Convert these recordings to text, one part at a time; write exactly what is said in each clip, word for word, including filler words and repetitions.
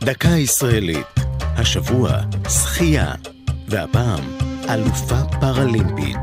דקה ישראלית, השבוע שחייה, והפעם אלופה פרלימפית.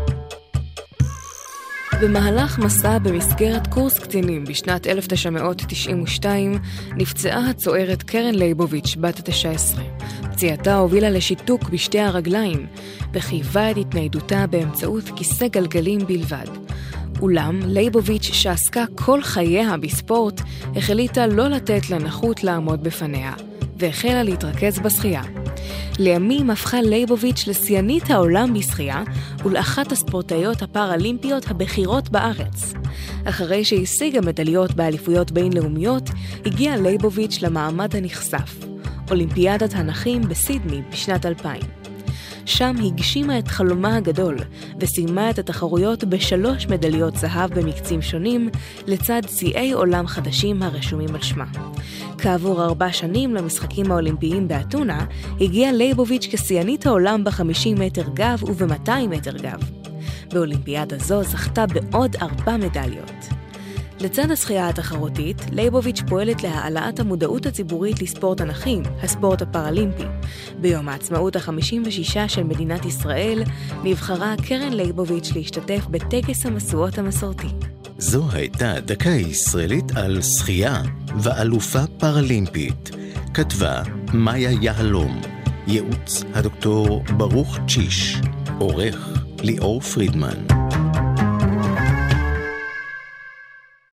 במהלך מסע במסגרת קורס קצינים בשנת אלף תשע מאות תשעים ושתיים נפצעה הצוערת קרן לייבוביץ' בת ה-תשע עשרה. פציעתה הובילה לשיתוק בשתי הרגליים וחייבה את התניידותה באמצעות כיסא גלגלים בלבד. אולם לייבוביץ' שעסקה כל חייה בספורט החליטה לא לתת לנכות לעמוד בפניה והחלה להתרכז בשחייה. לימים הפכה לייבוביץ' לשיאנית העולם בשחייה ולאחת הספורטאיות הפראלימפיות הבכירות בארץ. אחרי שהשיגה מדליות באליפויות בינלאומיות, הגיעה לייבוביץ' למעמד הנחשף, אולימפיאדת הנחים בסידני בשנת אלפיים. שם הגשימה את חלומה הגדול וסיימה את התחרויות בשלוש מדליות זהב במקצים שונים לצד שיאי עולם חדשים הרשומים על שמה. כעבור ארבע שנים למשחקים האולימפיים באתונה, הגיעה לייבוביץ' כשיאנית העולם ב-חמישים מטר גב וב-מאתיים מטר גב. באולימפיאדה זו זכתה בעוד ארבע מדליות. לצד השחייה התחרותית, לייבוביץ' פועלת להעלאת המודעות הציבורית לספורט הנחים, הספורט הפראלימפי. ביום העצמאות ה-חמישים ושש של מדינת ישראל, נבחרה קרן לייבוביץ' להשתתף בטקס המשואות המסורתי. זו הייתה דקה ישראלית על שחייה ואלופה פרלימפית. כתבה מאיה יהלום, ייעוץ הדוקטור ברוך צ'יש, עורך ליאור פרידמן.